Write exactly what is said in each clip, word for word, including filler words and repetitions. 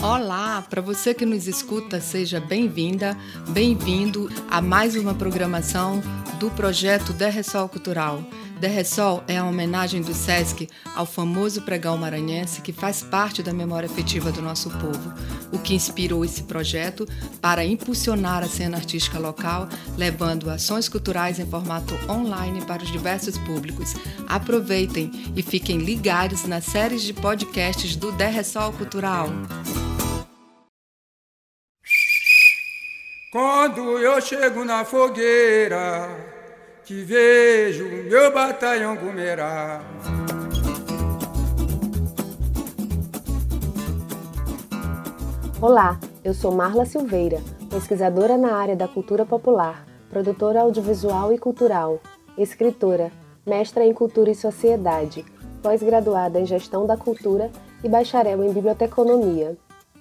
Olá, para você que nos escuta, seja bem-vinda, bem-vindo a mais uma programação do projeto DerreSol Cultural. DerreSol é a homenagem do Sesc ao famoso pregão maranhense que faz parte da memória afetiva do nosso povo, o que inspirou esse projeto para impulsionar a cena artística local, levando ações culturais em formato online para os diversos públicos. Aproveitem e fiquem ligados nas séries de podcasts do DerreSol Cultural. Quando eu chego na fogueira, que vejo meu batalhão gumerá. Olá, eu sou Marla Silveira, pesquisadora na área da cultura popular, produtora audiovisual e cultural, escritora, mestra em cultura e sociedade, pós-graduada em gestão da cultura e bacharel em biblioteconomia.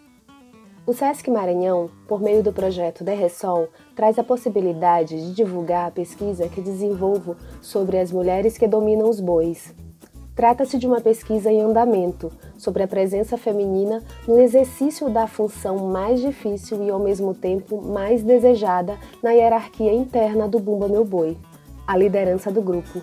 O Sesc Maranhão, por meio do projeto DerreSol, traz a possibilidade de divulgar a pesquisa que desenvolvo sobre as mulheres que dominam os bois. Trata-se de uma pesquisa em andamento sobre a presença feminina no exercício da função mais difícil e, ao mesmo tempo, mais desejada na hierarquia interna do Bumba Meu Boi, a liderança do grupo.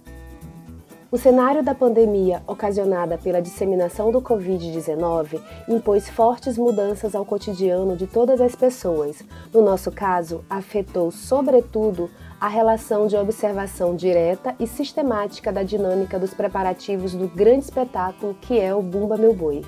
O cenário da pandemia ocasionada pela disseminação do covid dezenove impôs fortes mudanças ao cotidiano de todas as pessoas. No nosso caso, afetou, sobretudo, a relação de observação direta e sistemática da dinâmica dos preparativos do grande espetáculo que é o Bumba Meu Boi.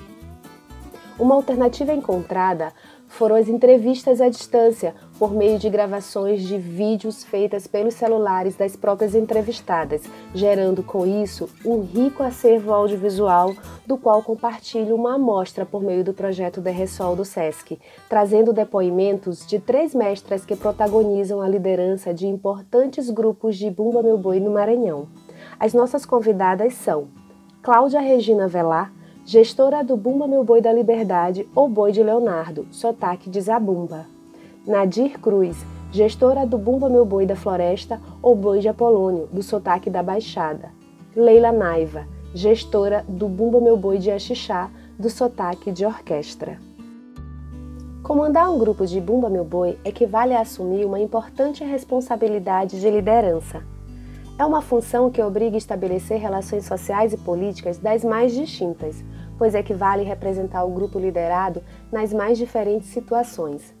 Uma alternativa encontrada foram as entrevistas à distância, por meio de gravações de vídeos feitas pelos celulares das próprias entrevistadas, gerando com isso um rico acervo audiovisual, do qual compartilho uma amostra por meio do projeto DerreSol do Sesc, trazendo depoimentos de três mestras que protagonizam a liderança de importantes grupos de Bumba Meu Boi no Maranhão. As nossas convidadas são Cláudia Regina Velar, gestora do Bumba Meu Boi da Liberdade ou Boi de Leonardo, sotaque de Zabumba. Nadir Cruz, gestora do Bumba Meu Boi da Floresta ou Boi de Apolônio, do sotaque da Baixada. Leila Naiva, gestora do Bumba Meu Boi de Axixá, do sotaque de orquestra. Comandar um grupo de Bumba Meu Boi equivale a assumir uma importante responsabilidade de liderança. É uma função que obriga a estabelecer relações sociais e políticas das mais distintas, pois equivale a representar o grupo liderado nas mais diferentes situações.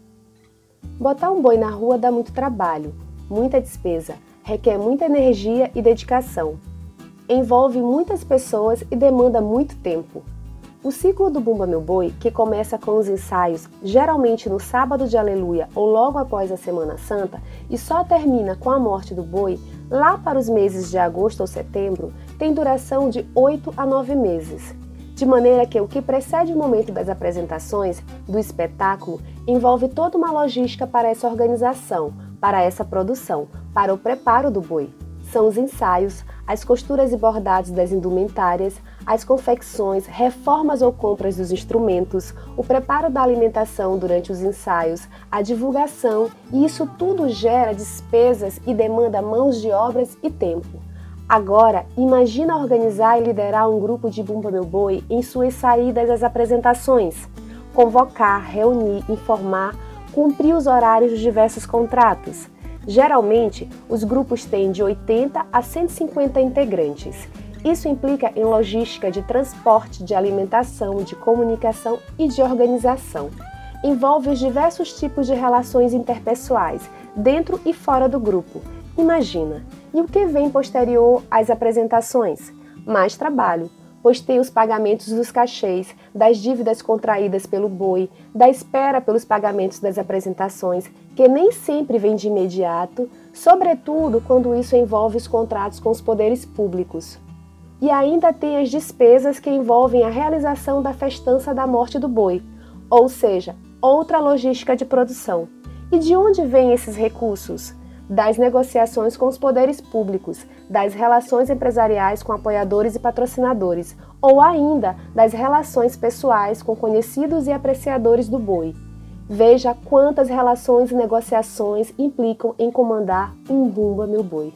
Botar um boi na rua dá muito trabalho, muita despesa, requer muita energia e dedicação. Envolve muitas pessoas e demanda muito tempo. O ciclo do Bumba Meu Boi, que começa com os ensaios, geralmente no sábado de Aleluia ou logo após a Semana Santa, e só termina com a morte do boi, lá para os meses de agosto ou setembro, tem duração de oito a nove meses. De maneira que o que precede o momento das apresentações, do espetáculo, envolve toda uma logística para essa organização, para essa produção, para o preparo do boi. São os ensaios, as costuras e bordados das indumentárias, as confecções, reformas ou compras dos instrumentos, o preparo da alimentação durante os ensaios, a divulgação, e isso tudo gera despesas e demanda mãos de obras e tempo. Agora, imagina organizar e liderar um grupo de Bumba Meu Boi em suas saídas às apresentações. Convocar, reunir, informar, cumprir os horários dos diversos contratos. Geralmente, os grupos têm de oitenta a cento e cinquenta integrantes. Isso implica em logística de transporte, de alimentação, de comunicação e de organização. Envolve os diversos tipos de relações interpessoais, dentro e fora do grupo. Imagina! E o que vem posterior às apresentações? Mais trabalho, pois tem os pagamentos dos cachês, das dívidas contraídas pelo boi, da espera pelos pagamentos das apresentações, que nem sempre vem de imediato, sobretudo quando isso envolve os contratos com os poderes públicos. E ainda tem as despesas que envolvem a realização da festança da morte do boi, ou seja, outra logística de produção. E de onde vêm esses recursos? Das negociações com os poderes públicos, das relações empresariais com apoiadores e patrocinadores, ou ainda das relações pessoais com conhecidos e apreciadores do boi. Veja quantas relações e negociações implicam em comandar um Bumba Meu Boi.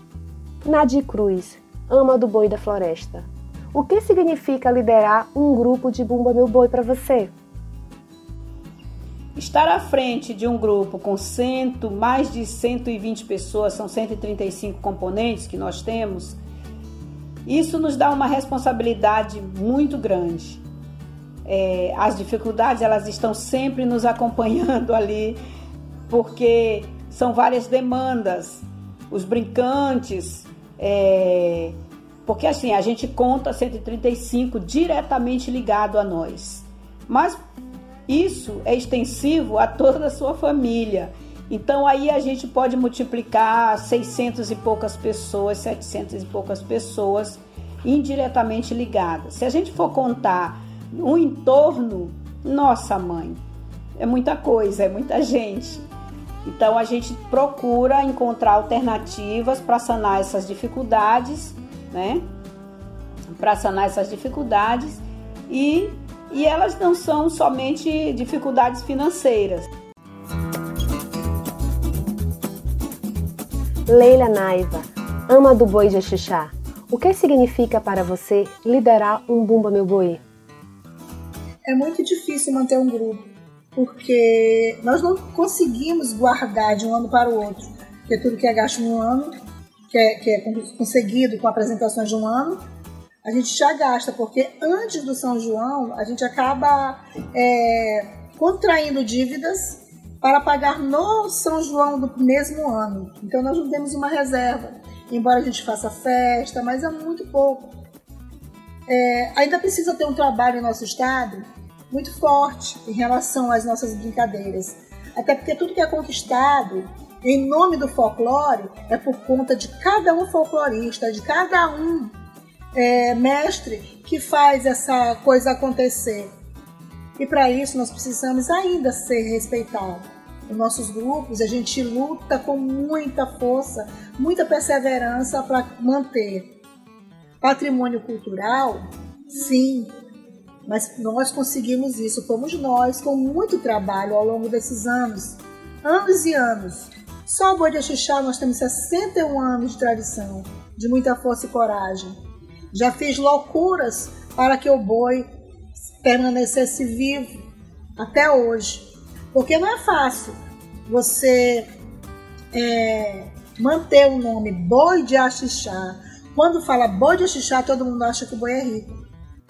Nadir Cruz, ama do Boi da Floresta. O que significa liderar um grupo de Bumba Meu Boi para você? estar à frente de um grupo com cento, mais de cento e vinte pessoas, são cento e trinta e cinco componentes que nós temos, isso nos dá uma responsabilidade muito grande. É, as dificuldades, elas estão sempre nos acompanhando ali, porque são várias demandas, os brincantes, é, porque assim, a gente conta cento e trinta e cinco diretamente ligado a nós, mas isso é extensivo a toda a sua família. Então aí a gente pode multiplicar seiscentas e poucas pessoas, setecentas e poucas pessoas indiretamente ligadas. Se a gente for contar o entorno, nossa mãe, é muita coisa, é muita gente. Então a gente procura encontrar alternativas para sanar essas dificuldades, né? Para sanar essas dificuldades e, e elas não são somente dificuldades financeiras. Leila Naiva, ama do boi de Axixá. O que significa para você liderar um Bumba Meu Boi? É muito difícil manter um grupo, porque nós não conseguimos guardar de um ano para o outro, porque tudo que é gasto em um ano, que é, que é conseguido com apresentações de um ano, a gente já gasta, porque antes do São João a gente acaba é, contraindo dívidas para pagar no São João do mesmo ano. Então nós não temos uma reserva, embora a gente faça festa, mas é muito pouco. É, ainda precisa ter um trabalho em nosso estado muito forte em relação às nossas brincadeiras, até porque tudo que é conquistado em nome do folclore é por conta de cada um folclorista, de cada um é, mestre que faz essa coisa acontecer. E para isso nós precisamos ainda ser respeitados. Os nossos grupos, a gente luta com muita força, muita perseverança para manter. Patrimônio cultural, sim, mas nós conseguimos isso, fomos nós, com muito trabalho ao longo desses anos, anos e anos. Só o Boi de Axixá nós temos sessenta e um anos de tradição, de muita força e coragem. Já fiz loucuras para que o boi permanecesse vivo até hoje, porque não é fácil você é, manter o nome Boi de Axixá. Quando fala Boi de Axixá, todo mundo acha que o boi é rico.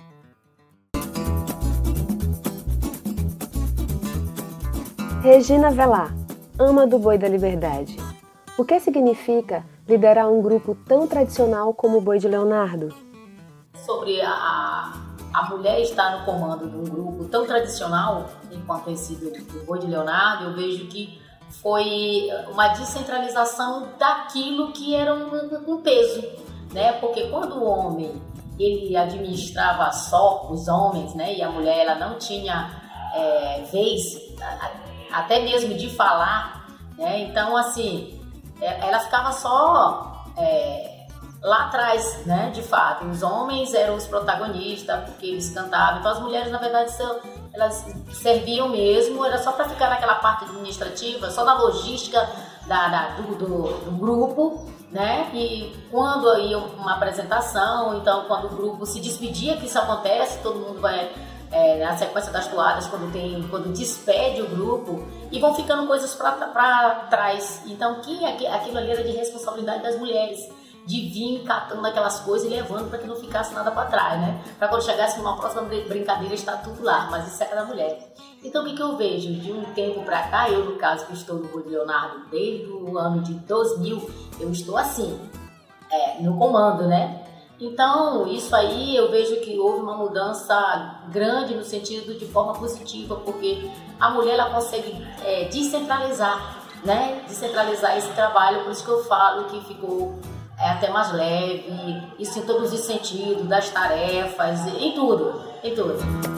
Regina Velar, ama do Boi da Liberdade. O que significa liderar um grupo tão tradicional como o Boi de Leonardo? Sobre a, a mulher estar no comando de um grupo tão tradicional, enquanto esse do, do Boi de Leonardo, eu vejo que foi uma descentralização daquilo que era um, um peso, né? Porque quando o homem ele administrava só os homens, né? E a mulher ela não tinha é, vez, até mesmo de falar, né? Então assim, ela ficava só é, lá atrás, né? De fato, os homens eram os protagonistas porque eles cantavam, então as mulheres na verdade elas serviam mesmo, era só para ficar naquela parte administrativa, só na logística da, da, do, do, do grupo, né? E quando ia uma apresentação, então quando o grupo se despedia, que isso acontece, todo mundo vai é, na sequência das toadas, quando tem, quando despede o grupo, e vão ficando coisas para trás. Então que aquilo ali era de responsabilidade das mulheres, de vir catando aquelas coisas e levando para que não ficasse nada para trás, né? Para quando chegasse numa próxima brincadeira estar tudo lá, mas isso era da mulher. Então o que, que eu vejo? De um tempo para cá, eu no caso que estou no Boi de Leonardo desde o ano de dois mil, eu estou assim, é, no comando, né? Então isso aí eu vejo que houve uma mudança grande no sentido de forma positiva, porque a mulher ela consegue é, descentralizar, né? Descentralizar esse trabalho, por isso que eu falo que ficou é até mais leve, isso em todos os sentidos, das tarefas, em tudo, em tudo.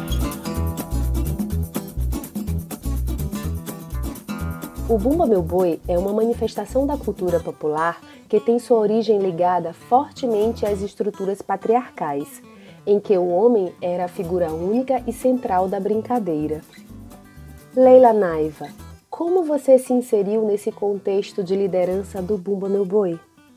O Bumba Meu Boi é uma manifestação da cultura popular que tem sua origem ligada fortemente às estruturas patriarcais, em que o homem era a figura única e central da brincadeira. Leila Naiva, como você se inseriu nesse contexto de liderança do Bumba Meu Boi?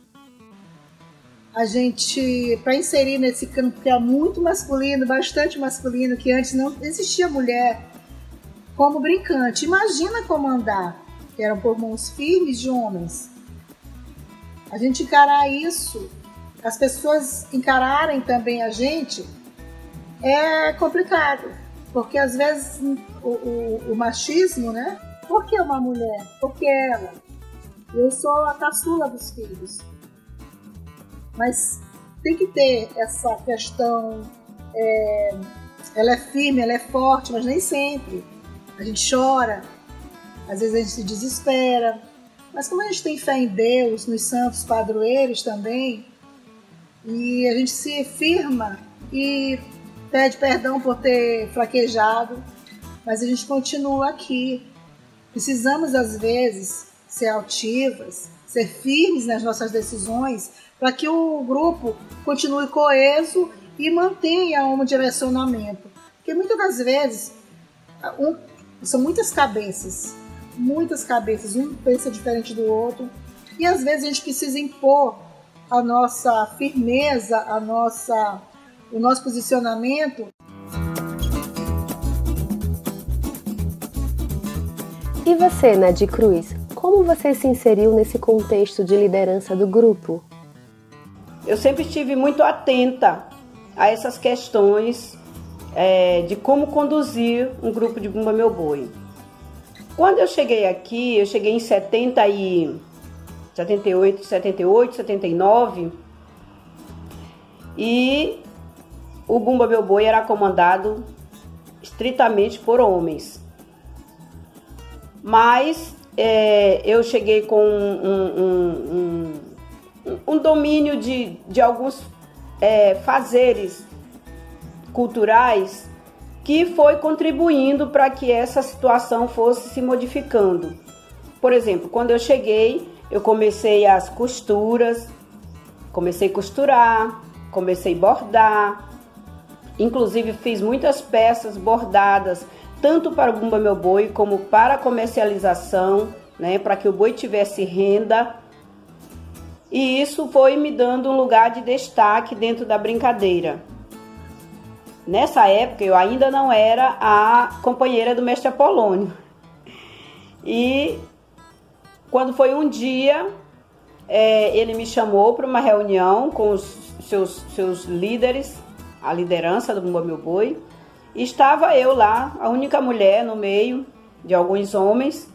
A gente, para inserir nesse campo que é muito masculino, bastante masculino, que antes não existia mulher como brincante. Imagina comandar, que eram por mãos firmes de homens. A gente encarar isso, as pessoas encararem também a gente, é complicado. Porque às vezes o, o, o machismo, né? Por que uma mulher? Por que ela? Eu sou a caçula dos filhos. Mas tem que ter essa questão, é, ela é firme, ela é forte, mas nem sempre. A gente chora, às vezes a gente se desespera. Mas como a gente tem fé em Deus, nos santos padroeiros também, e a gente se firma e pede perdão por ter fraquejado, mas a gente continua aqui. Precisamos, às vezes, ser altivas, ser firmes nas nossas decisões, para que o grupo continue coeso e mantenha um direcionamento. Porque muitas das vezes, um, são muitas cabeças, muitas cabeças, um pensa diferente do outro, e às vezes a gente precisa impor a nossa firmeza, a nossa, o nosso posicionamento. E você, Nadi Cruz, como você se inseriu nesse contexto de liderança do grupo? Eu sempre estive muito atenta a essas questões é, de como conduzir um grupo de Bumba Meu Boi. Quando eu cheguei aqui, eu cheguei em setenta e oito, setenta e nove, e o Bumba Meu Boi era comandado estritamente por homens. Mas é, eu cheguei com um, um, um, um domínio de, de alguns é, fazeres culturais que foi contribuindo para que essa situação fosse se modificando. Por exemplo, quando eu cheguei, eu comecei as costuras, comecei a costurar, comecei a bordar, inclusive fiz muitas peças bordadas, tanto para o Bumba Meu Boi como para a comercialização, né, para que o boi tivesse renda. E isso foi me dando um lugar de destaque dentro da brincadeira. Nessa época eu ainda não era a companheira do mestre Apolônio. E quando foi um dia, é, ele me chamou para uma reunião com os seus, seus líderes, a liderança do Bumba Meu Boi. E estava eu lá, a única mulher no meio de alguns homens.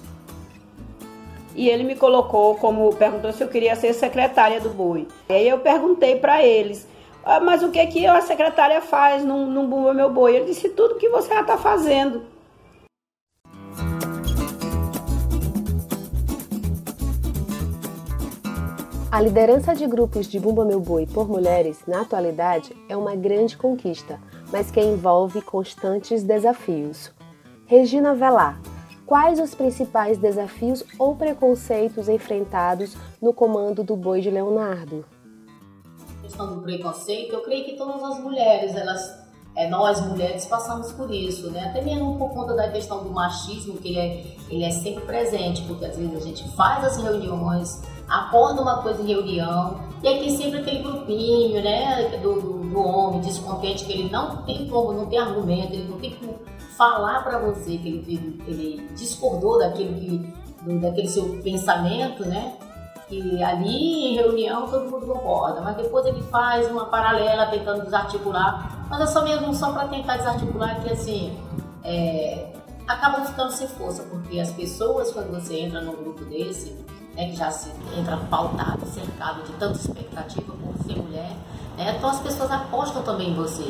E ele me colocou como, perguntou se eu queria ser secretária do boi. E aí eu perguntei para eles, ah, mas o que que a secretária faz no, no Bumba Meu Boi? Ele disse, tudo que você já está fazendo. A liderança de grupos de Bumba Meu Boi por mulheres, na atualidade, é uma grande conquista, mas que envolve constantes desafios. Regina Velar, quais os principais desafios ou preconceitos enfrentados no comando do Boi de Leonardo? A questão do preconceito, eu creio que todas as mulheres, elas, é, nós mulheres passamos por isso, né? Até mesmo por conta da questão do machismo, que ele é, ele é sempre presente, porque às vezes a gente faz as reuniões, acorda uma coisa em reunião, e aí tem sempre aquele grupinho, né, do, do, do homem descontente, que ele não tem como, não tem argumento, ele não tem como falar para você que ele, ele, ele discordou daquilo que, do, daquele seu pensamento, né, que ali em reunião todo mundo concorda, mas depois ele faz uma paralela tentando desarticular, mas é só mesmo só para tentar desarticular que assim, é, acabam ficando sem força, porque as pessoas, quando você entra num grupo desse, né, que já se entra pautado, cercado de tanta expectativa por ser mulher, né, então as pessoas apostam também em você.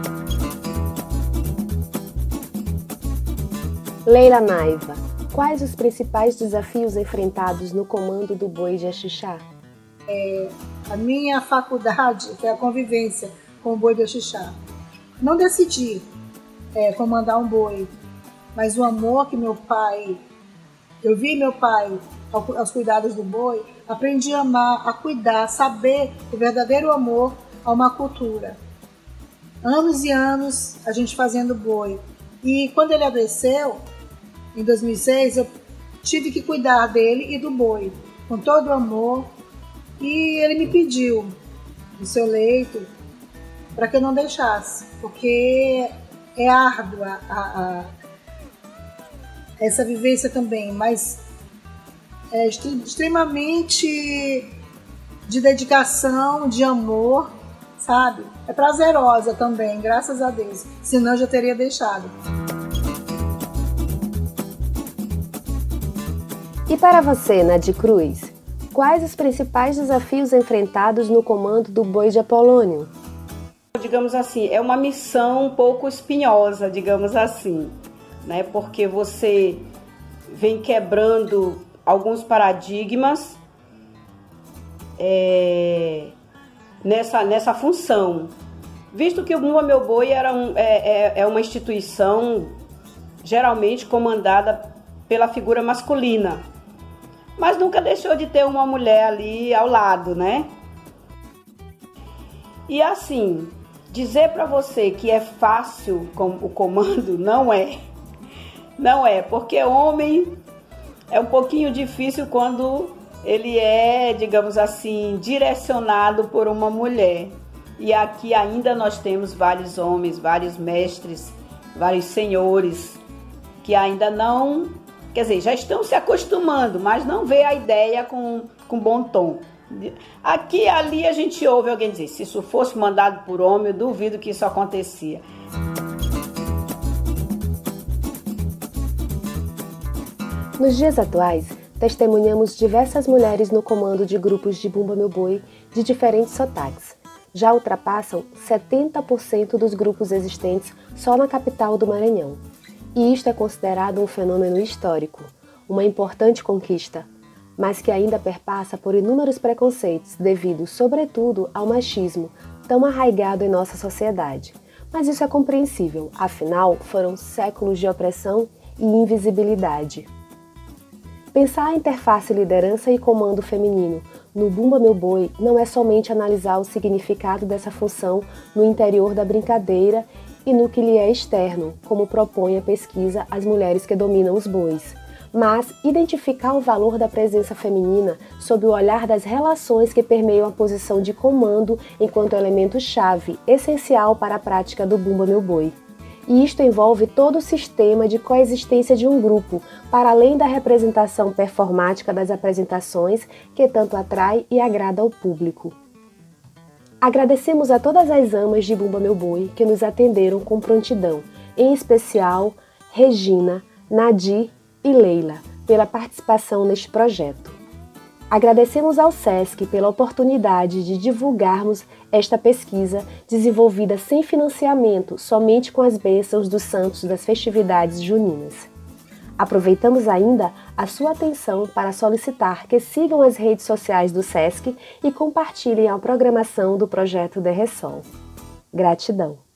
Leila Naiva, quais os principais desafios enfrentados no comando do Boi de Axixá? É, a minha faculdade foi a convivência com o Boi de Axixá. Não decidi é, comandar um boi, mas o amor que meu pai, eu vi meu pai aos cuidados do boi, aprendi a amar, a cuidar, a saber o verdadeiro amor a uma cultura. Anos e anos a gente fazendo boi. E quando ele adoeceu, em dois mil e seis, eu tive que cuidar dele e do boi, com todo o amor. E ele me pediu no seu leito para que eu não deixasse, porque é árdua a, a, essa vivência também, mas é extremamente de dedicação, de amor, sabe? É prazerosa também, graças a Deus. Senão eu já teria deixado. E para você, Nadi Cruz, quais os principais desafios enfrentados no comando do Boi de Apolônio? Digamos assim, é uma missão um pouco espinhosa, digamos assim, né? Porque você vem quebrando alguns paradigmas é, nessa, nessa função. Visto que o Bumba Meu Boi era um, é, é uma instituição geralmente comandada pela figura masculina, mas nunca deixou de ter uma mulher ali ao lado, né? E assim, dizer para você que é fácil o comando, não é. Não é, porque homem é um pouquinho difícil quando ele é, digamos assim, direcionado por uma mulher. E aqui ainda nós temos vários homens, vários mestres, vários senhores que ainda não, quer dizer, já estão se acostumando, mas não vê a ideia com, com bom tom. Aqui e ali a gente ouve alguém dizer, se isso fosse mandado por homem, eu duvido que isso acontecia. Nos dias atuais, testemunhamos diversas mulheres no comando de grupos de Bumba Meu Boi de diferentes sotaques. Já ultrapassam setenta por cento dos grupos existentes só na capital do Maranhão. E isto é considerado um fenômeno histórico, uma importante conquista, mas que ainda perpassa por inúmeros preconceitos devido, sobretudo, ao machismo tão arraigado em nossa sociedade. Mas isso é compreensível, afinal, foram séculos de opressão e invisibilidade. Pensar a interface liderança e comando feminino no Bumba Meu Boi não é somente analisar o significado dessa função no interior da brincadeira e no que lhe é externo, como propõe a pesquisa As Mulheres que Dominam os Bois, mas identificar o valor da presença feminina sob o olhar das relações que permeiam a posição de comando enquanto elemento-chave essencial para a prática do Bumba Meu Boi. E isto envolve todo o sistema de coexistência de um grupo, para além da representação performática das apresentações que tanto atrai e agrada ao público. Agradecemos a todas as amas de Bumba Meu Boi que nos atenderam com prontidão, em especial Regina, Nadir e Leila, pela participação neste projeto. Agradecemos ao SESC pela oportunidade de divulgarmos esta pesquisa desenvolvida sem financiamento, somente com as bênçãos dos santos das festividades juninas. Aproveitamos ainda a sua atenção para solicitar que sigam as redes sociais do SESC e compartilhem a programação do projeto DerreSol. Gratidão!